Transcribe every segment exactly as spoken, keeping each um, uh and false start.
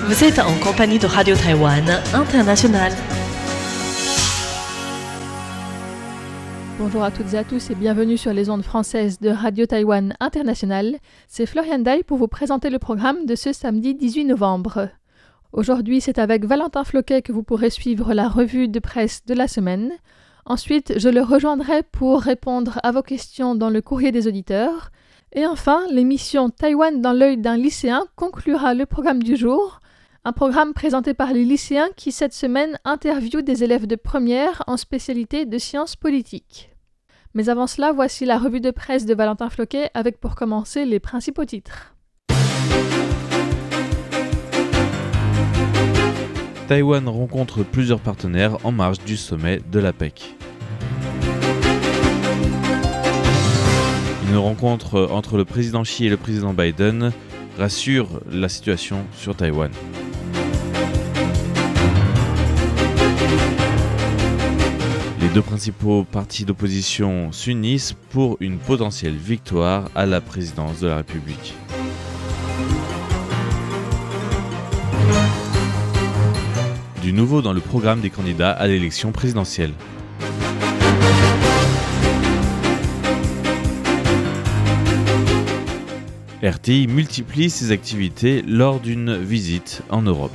Vous êtes en compagnie de Radio Taïwan International. Bonjour à toutes et à tous et bienvenue sur les ondes françaises de Radio Taïwan International. C'est Florian Dai pour vous présenter le programme de ce samedi dix-huit novembre. Aujourd'hui, c'est avec Valentin Floquet que vous pourrez suivre la revue de presse de la semaine. Ensuite, je le rejoindrai pour répondre à vos questions dans le courrier des auditeurs. Et enfin, l'émission Taïwan dans l'œil d'un lycéen conclura le programme du jour. Un programme présenté par les lycéens qui, cette semaine, interviewent des élèves de première en spécialité de sciences politiques. Mais avant cela, voici la revue de presse de Valentin Floquet avec pour commencer les principaux titres. Taïwan rencontre plusieurs partenaires en marge du sommet de l'A P E C. Une rencontre entre le président Xi et le président Biden rassure la situation sur Taïwan. Les deux principaux partis d'opposition s'unissent pour une potentielle victoire à la présidence de la République. Du nouveau dans le programme des candidats à l'élection présidentielle. R T I multiplie ses activités lors d'une visite en Europe.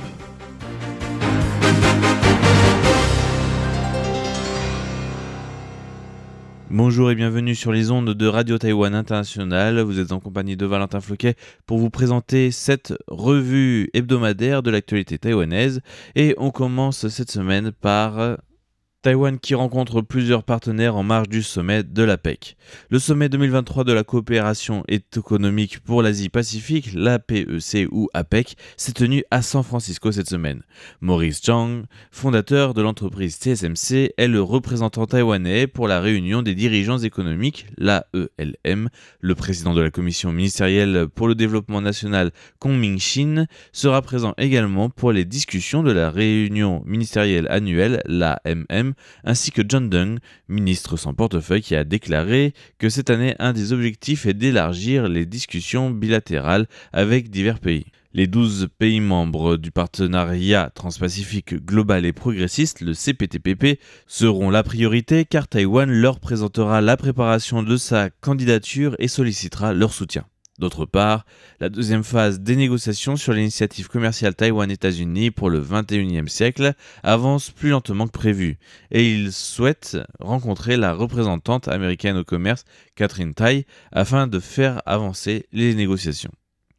Bonjour et bienvenue sur les ondes de Radio Taïwan International. Vous êtes en compagnie de Valentin Floquet pour vous présenter cette revue hebdomadaire de l'actualité taïwanaise. Et on commence cette semaine par Taïwan qui rencontre plusieurs partenaires en marge du sommet de l'A P E C. Le sommet deux mille vingt-trois de la coopération économique pour l'Asie-Pacifique, l'A P E C ou A P E C, s'est tenu à San Francisco cette semaine. Maurice Zhang, fondateur de l'entreprise T S M C, est le représentant taïwanais pour la réunion des dirigeants économiques, l'A E L M. Le président de la commission ministérielle pour le développement national, Kong Ming-shin, sera présent également pour les discussions de la réunion ministérielle annuelle, l'A M M, ainsi que John Dung, ministre sans portefeuille, qui a déclaré que cette année, un des objectifs est d'élargir les discussions bilatérales avec divers pays. Les douze pays membres du partenariat transpacifique global et progressiste, le C P T P P, seront la priorité car Taïwan leur présentera la préparation de sa candidature et sollicitera leur soutien. D'autre part, la deuxième phase des négociations sur l'initiative commerciale Taïwan-États-Unis pour le vingt et unième siècle avance plus lentement que prévu et ils souhaitent rencontrer la représentante américaine au commerce, Catherine Tai, afin de faire avancer les négociations.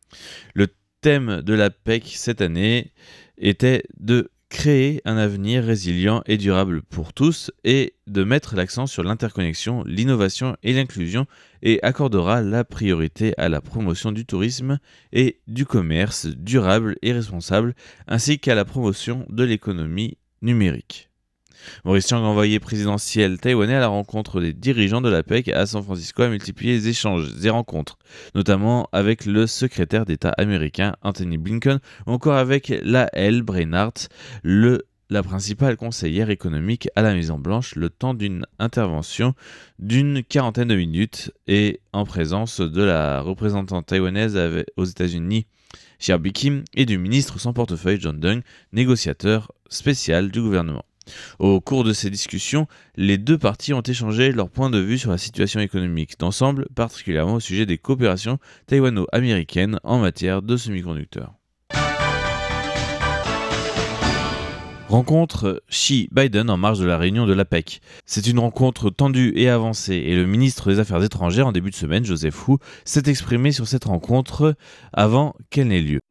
Le thème de l'A P E C cette année était de créer un avenir résilient et durable pour tous et de mettre l'accent sur l'interconnexion, l'innovation et l'inclusion et accordera la priorité à la promotion du tourisme et du commerce durable et responsable ainsi qu'à la promotion de l'économie numérique. Maurice Chang, envoyé présidentiel taïwanais à la rencontre des dirigeants de l'A P E C à San Francisco, a multiplié les échanges et rencontres, notamment avec le secrétaire d'État américain Anthony Blinken ou encore avec Lael Brainard, le la principale conseillère économique à la Maison-Blanche, le temps d'une intervention d'une quarantaine de minutes et en présence de la représentante taïwanaise aux États-Unis, Xiaobi Kim, et du ministre sans portefeuille John Dung, négociateur spécial du gouvernement. Au cours de ces discussions, les deux parties ont échangé leur point de vue sur la situation économique d'ensemble, particulièrement au sujet des coopérations taïwano-américaines en matière de semi-conducteurs. Rencontre Xi-Biden en marge de la réunion de l'A P E C. C'est une rencontre tendue et avancée et le ministre des Affaires étrangères en début de semaine, Joseph Wu, s'est exprimé sur cette rencontre avant qu'elle n'ait lieu.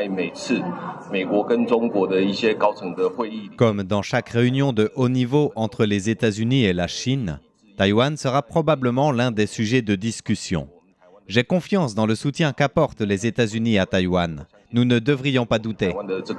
Comme dans chaque réunion de haut niveau entre les États-Unis et la Chine, Taïwan sera probablement l'un des sujets de discussion. J'ai confiance dans le soutien qu'apportent les États-Unis à Taïwan. Nous ne devrions pas douter.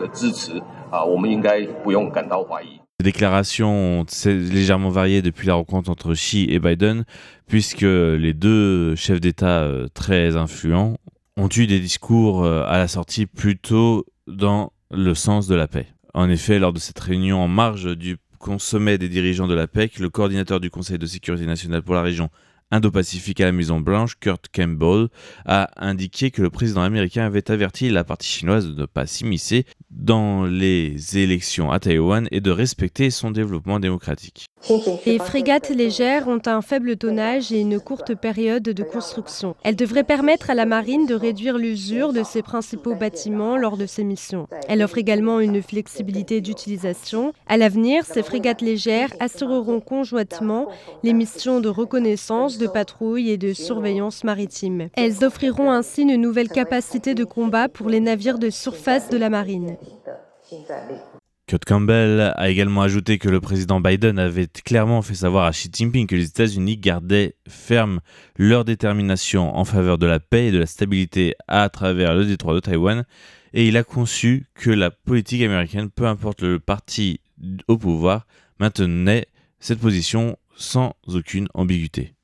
Les déclarations ont légèrement varié depuis la rencontre entre Xi et Biden, puisque les deux chefs d'État très influents ont eu des discours à la sortie plutôt dans le sens de la paix. En effet, lors de cette réunion en marge du sommet des dirigeants de l'A P E C, le coordinateur du Conseil de sécurité nationale pour la région Indo-Pacifique à la Maison-Blanche, Kurt Campbell, a indiqué que le président américain avait averti la partie chinoise de ne pas s'immiscer dans les élections à Taïwan et de respecter son développement démocratique. Les frégates légères ont un faible tonnage et une courte période de construction. Elles devraient permettre à la marine de réduire l'usure de ses principaux bâtiments lors de ses missions. Elle offre également une flexibilité d'utilisation. À l'avenir, ces frégates légères assureront conjointement les missions de reconnaissance, de patrouille et de surveillance maritime. Elles offriront ainsi une nouvelle capacité de combat pour les navires de surface de la marine. Kurt Campbell a également ajouté que le président Biden avait clairement fait savoir à Xi Jinping que les États-Unis gardaient ferme leur détermination en faveur de la paix et de la stabilité à travers le détroit de Taïwan, et il a conçu que la politique américaine, peu importe le parti au pouvoir, maintenait cette position sans aucune ambiguïté.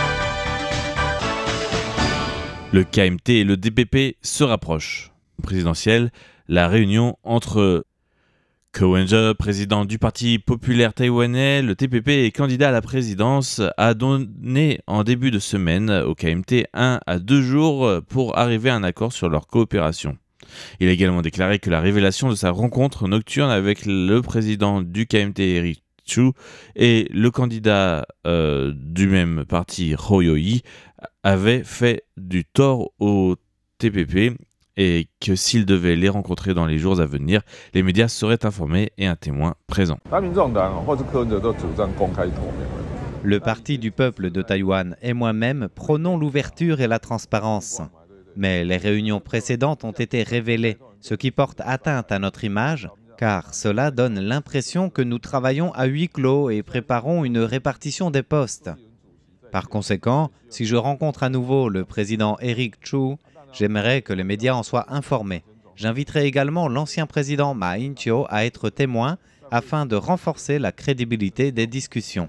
Le K M T et le D P P se rapprochent. Présidentielle, la réunion entre Ko Wen-je, président du Parti populaire taïwanais, le T P P et candidat à la présidence, a donné en début de semaine au K M T un à deux jours pour arriver à un accord sur leur coopération. Il a également déclaré que la révélation de sa rencontre nocturne avec le président du K M T, Eric Chu, et le candidat euh, du même parti, Roh Moo-hee, avait fait du tort au T P P et que s'il devait les rencontrer dans les jours à venir, les médias seraient informés et un témoin présent. Le Parti du peuple de Taïwan et moi-même prônons l'ouverture et la transparence. Mais les réunions précédentes ont été révélées, ce qui porte atteinte à notre image, car cela donne l'impression que nous travaillons à huis clos et préparons une répartition des postes. Par conséquent, si je rencontre à nouveau le président Eric Chu, j'aimerais que les médias en soient informés. J'inviterai également l'ancien président Ma In-cheol à être témoin afin de renforcer la crédibilité des discussions.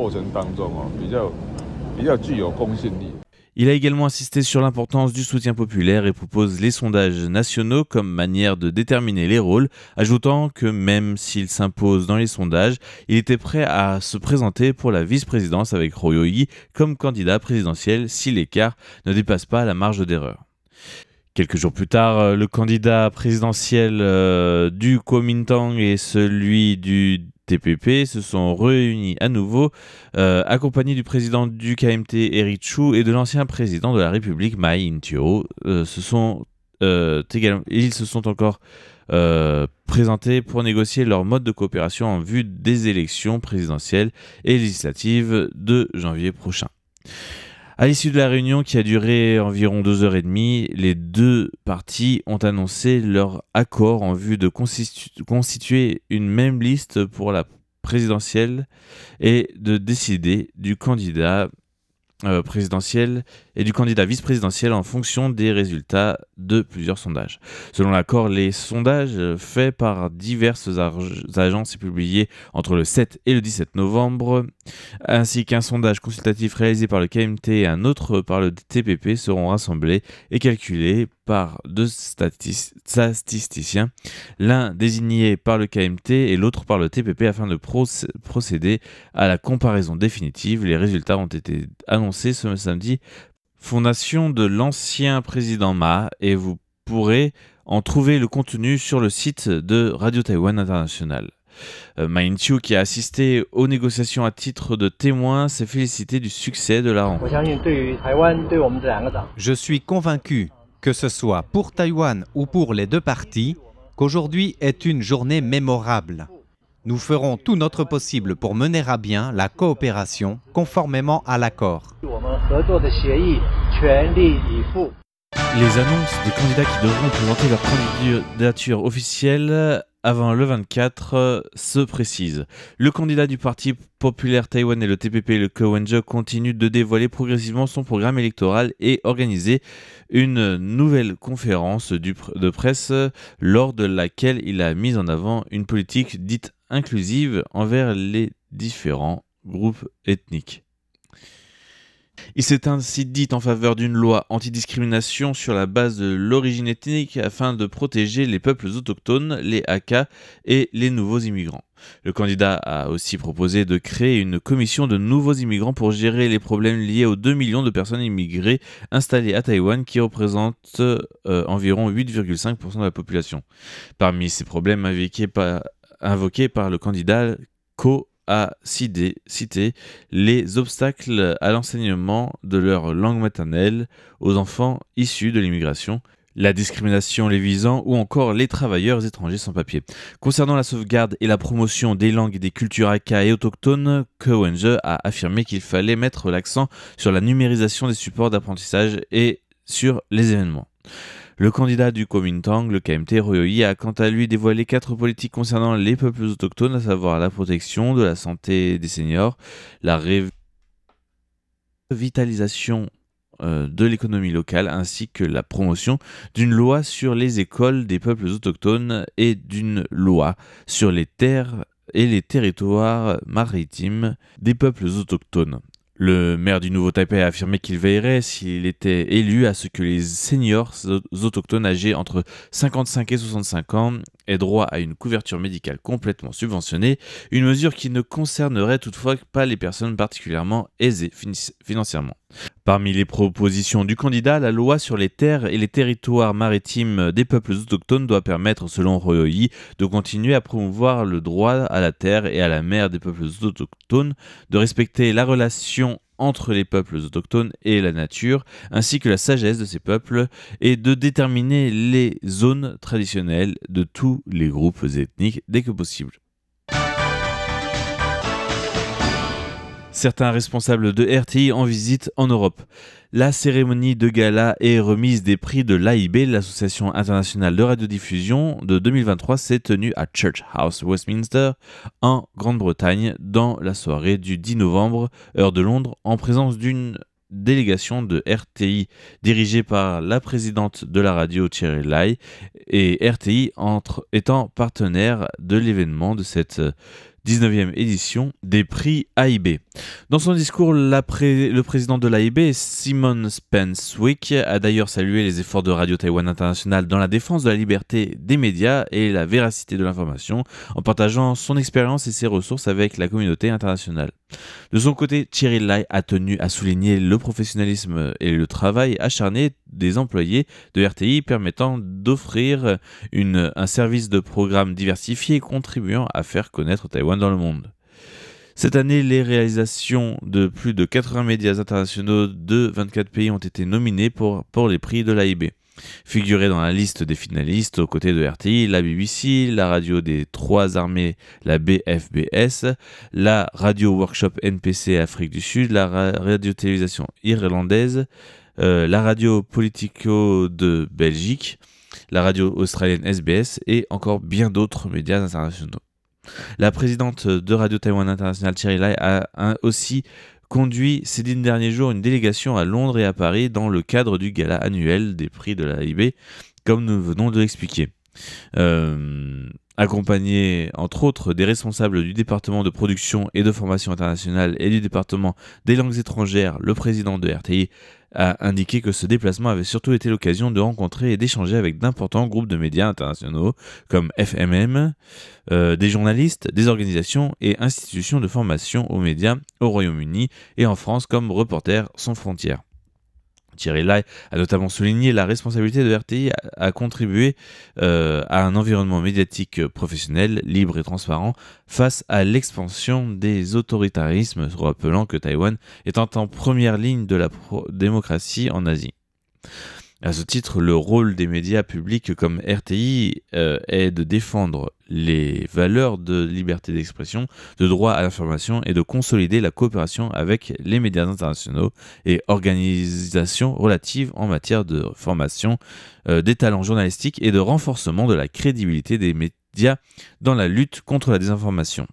Il a également insisté sur l'importance du soutien populaire et propose les sondages nationaux comme manière de déterminer les rôles, ajoutant que même s'il s'impose dans les sondages, il était prêt à se présenter pour la vice-présidence avec Roh Moo-hee comme candidat présidentiel si l'écart ne dépasse pas la marge d'erreur. Quelques jours plus tard, le candidat présidentiel euh, du Kuomintang et celui du T P P se sont réunis à nouveau, euh, accompagnés du président du K M T, Eric Chu, et de l'ancien président de la République, Ma In-cheol. Euh, ce sont, euh, également, ils se sont encore euh, présentés pour négocier leur mode de coopération en vue des élections présidentielles et législatives de janvier prochain. À l'issue de la réunion qui a duré environ deux heures et demie, les deux partis ont annoncé leur accord en vue de constitu- constituer une même liste pour la présidentielle et de décider du candidat euh, présidentiel et du candidat vice-présidentiel en fonction des résultats de plusieurs sondages. Selon l'accord, les sondages faits par diverses agences et publiés entre le sept et le dix-sept novembre, ainsi qu'un sondage consultatif réalisé par le K M T et un autre par le T P P seront rassemblés et calculés par deux statis- statisticiens, l'un désigné par le K M T et l'autre par le T P P afin de proc- procéder à la comparaison définitive. Les résultats ont été annoncés ce samedi, fondation de l'ancien président Ma, et vous pourrez en trouver le contenu sur le site de Radio Taïwan International. Euh, Ma In-cheol, qui a assisté aux négociations à titre de témoin, s'est félicité du succès de la rencontre. Je suis convaincu, que ce soit pour Taïwan ou pour les deux parties, qu'aujourd'hui est une journée mémorable. Nous ferons tout notre possible pour mener à bien la coopération conformément à l'accord. Les annonces des candidats qui devront présenter leur candidature officielle avant le vingt-quatre se précisent. Le candidat du Parti populaire taïwanais, le T P P, le Ko Wen-je, continue de dévoiler progressivement son programme électoral et organiser une nouvelle conférence du pr- de presse lors de laquelle il a mis en avant une politique dite inclusive envers les différents groupes ethniques. Il s'est ainsi dit en faveur d'une loi antidiscrimination sur la base de l'origine ethnique afin de protéger les peuples autochtones, les Akha et les nouveaux immigrants. Le candidat a aussi proposé de créer une commission de nouveaux immigrants pour gérer les problèmes liés aux deux millions de personnes immigrées installées à Taïwan qui représentent euh, environ huit virgule cinq pour cent de la population. Parmi ces problèmes invoqués par, invoqués par le candidat, Ko a cité, cité les obstacles à l'enseignement de leur langue maternelle aux enfants issus de l'immigration, la discrimination les visant ou encore les travailleurs étrangers sans papier. Concernant la sauvegarde et la promotion des langues et des cultures Akha et autochtones, Ko Wen-je a affirmé qu'il fallait mettre l'accent sur la numérisation des supports d'apprentissage et sur les événements. Le candidat du Kuomintang, le K M T, Roh Yo-hee, a quant à lui dévoilé quatre politiques concernant les peuples autochtones, à savoir la protection de la santé des seniors, la revitalisation de l'économie locale ainsi que la promotion d'une loi sur les écoles des peuples autochtones et d'une loi sur les terres et les territoires maritimes des peuples autochtones. Le maire du Nouveau Taipei a affirmé qu'il veillerait, s'il était élu, à ce que les seniors autochtones âgés entre cinquante-cinq et soixante-cinq ans aient droit à une couverture médicale complètement subventionnée, une mesure qui ne concernerait toutefois pas les personnes particulièrement aisées financièrement. Parmi les propositions du candidat, la loi sur les terres et les territoires maritimes des peuples autochtones doit permettre, selon Roh Yo-hee, de continuer à promouvoir le droit à la terre et à la mer des peuples autochtones, de respecter la relation entre les peuples autochtones et la nature, ainsi que la sagesse de ces peuples, et de déterminer les zones traditionnelles de tous les groupes ethniques dès que possible. Certains responsables de R T I en visite en Europe. La cérémonie de gala et remise des prix de l'A I B, l'Association internationale de radiodiffusion, de deux mille vingt-trois s'est tenue à Church House, Westminster, en Grande-Bretagne, dans la soirée du dix novembre, heure de Londres, en présence d'une délégation de R T I dirigée par la présidente de la radio Cherry Lai, et R T I entre, étant partenaire de l'événement de cette dix-neuvième édition des prix A I B. Dans son discours, la pré- le président de l'A I B, Simon Spence-Wick, a d'ailleurs salué les efforts de Radio Taïwan International dans la défense de la liberté des médias et la véracité de l'information, en partageant son expérience et ses ressources avec la communauté internationale. De son côté, Cherry Lai a tenu à souligner le professionnalisme et le travail acharné des employés de R T I permettant d'offrir une, un service de programme diversifié contribuant à faire connaître Taïwan dans le monde. Cette année, les réalisations de plus de quatre-vingts médias internationaux de vingt-quatre pays ont été nominées pour, pour les prix de l'A I B. Figuraient dans la liste des finalistes aux côtés de R T I, la B B C, la radio des trois armées, la B F B S, la radio workshop N P C Afrique du Sud, la radio-télévision irlandaise, euh, la radio Politico de Belgique, la radio australienne S B S et encore bien d'autres médias internationaux. La présidente de Radio Taïwan International, Cherry Lai, a aussi conduit ces dix derniers jours une délégation à Londres et à Paris dans le cadre du gala annuel des prix de l'A I B, comme nous venons de l'expliquer. Euh, accompagné entre autres des responsables du département de production et de formation internationale et du département des langues étrangères, le président de R T I a indiqué que ce déplacement avait surtout été l'occasion de rencontrer et d'échanger avec d'importants groupes de médias internationaux comme F M M, euh, des journalistes, des organisations et institutions de formation aux médias au Royaume-Uni et en France comme Reporters sans frontières. Cherry Lai a notamment souligné la responsabilité de R T I à, à contribuer euh, à un environnement médiatique professionnel, libre et transparent face à l'expansion des autoritarismes, rappelant que Taïwan est en première ligne de la pro- démocratie en Asie. À ce titre, le rôle des médias publics comme R T I euh, est de défendre les valeurs de liberté d'expression, de droit à l'information et de consolider la coopération avec les médias internationaux et organisations relatives en matière de formation euh, des talents journalistiques et de renforcement de la crédibilité des médias dans la lutte contre la désinformation.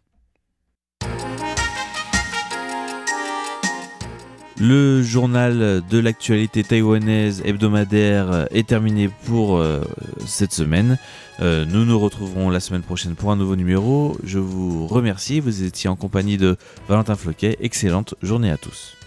Le journal de l'actualité taïwanaise hebdomadaire est terminé pour euh, cette semaine. Euh, nous nous retrouverons la semaine prochaine pour un nouveau numéro. Je vous remercie. Vous étiez en compagnie de Valentin Floquet. Excellente journée à tous.